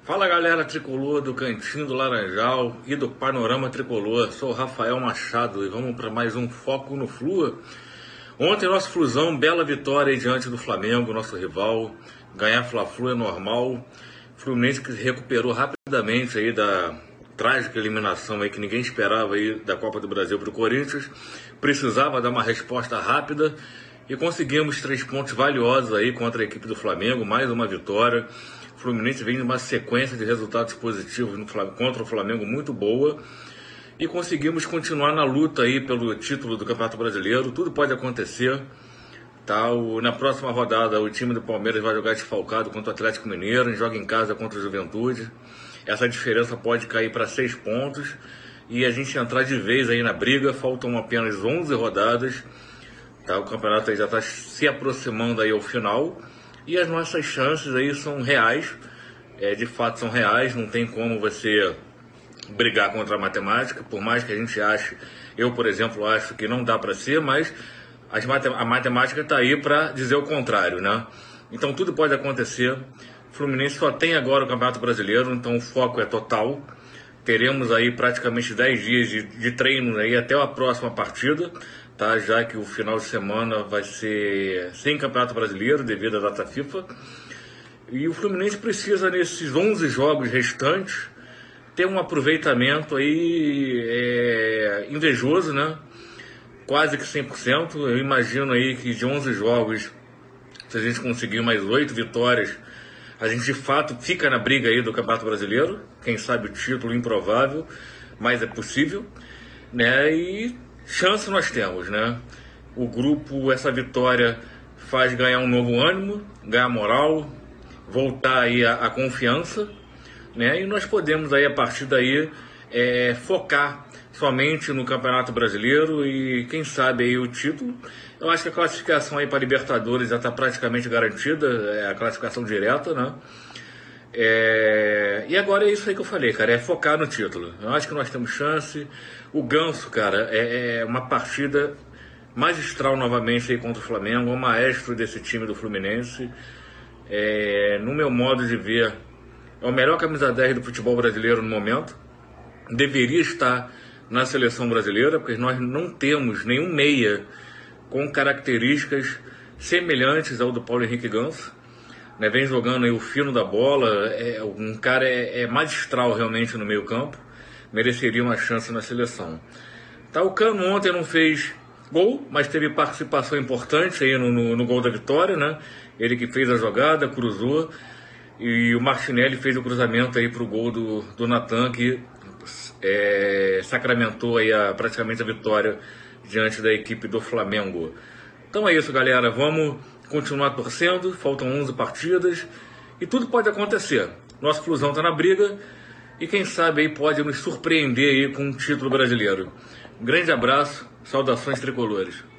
Fala galera tricolor do Cantinho do Laranjal e do Panorama Tricolor, sou o Rafael Machado e vamos para mais um Foco no Flu. Ontem nosso Flusão, bela vitória aí diante do Flamengo, nosso rival. Ganhar Fla-Flu é normal. Fluminense que se recuperou rapidamente aí da trágica eliminação aí que ninguém esperava aí da Copa do Brasil para o Corinthians. Precisava dar uma resposta rápida e conseguimos 3 pontos valiosos aí contra a equipe do Flamengo, mais uma vitória. O Fluminense vem de uma sequência de resultados positivos contra o Flamengo muito boa e conseguimos continuar na luta aí pelo título do Campeonato Brasileiro. Tudo pode acontecer, tá? Na próxima rodada o time do Palmeiras vai jogar desfalcado contra o Atlético Mineiro, joga em casa contra o Juventude. Essa diferença pode cair para 6 pontos e a gente entrar de vez aí na briga. Faltam apenas 11 rodadas, tá? O campeonato aí já está se aproximando aí ao final. E as nossas chances aí são reais, de fato são reais, não tem como você brigar contra a matemática, por mais que a gente ache, eu por exemplo acho que não dá para ser, mas a matemática está aí para dizer o contrário, né? Então tudo pode acontecer. O Fluminense só tem agora o Campeonato Brasileiro, então o foco é total. Teremos aí praticamente 10 dias de treino aí até a próxima partida, tá? Já que o final de semana vai ser sem Campeonato Brasileiro devido à data FIFA. E o Fluminense precisa, nesses 11 jogos restantes, ter um aproveitamento aí invejoso, né? Quase que 100%. Eu imagino aí que de 11 jogos, se a gente conseguir mais 8 vitórias, a gente de fato fica na briga aí do Campeonato Brasileiro. Quem sabe o título improvável, mas é possível, né? E chance nós temos, né? O grupo, essa vitória faz ganhar um novo ânimo, ganhar moral, voltar aí a confiança, né? E nós podemos aí a partir daí focar somente no Campeonato Brasileiro e quem sabe aí o título. Eu acho que a classificação aí para Libertadores já está praticamente garantida, é a classificação direta, né? E agora é isso aí que eu falei, cara, é focar no título. Eu acho que nós temos chance. O Ganso, cara, é uma partida magistral novamente aí contra o Flamengo, o maestro desse time do Fluminense. No meu modo de ver, é o melhor camisa 10 do futebol brasileiro no momento. Deveria estar na seleção brasileira, porque nós não temos nenhum meia com características semelhantes ao do Paulo Henrique Ganso, né? Vem jogando aí o fino da bola, um cara magistral realmente no meio campo, mereceria uma chance na seleção. Tá, o Cano ontem não fez gol, mas teve participação importante aí no gol da vitória, né? Ele que fez a jogada, cruzou, e o Martinelli fez o cruzamento aí pro gol do Natan, que sacramentou aí praticamente a vitória diante da equipe do Flamengo. Então é isso, galera, vamos continuar torcendo, faltam 11 partidas e tudo pode acontecer. Nosso Flusão está na briga e quem sabe aí pode nos surpreender aí com um título brasileiro. Um grande abraço, saudações tricolores.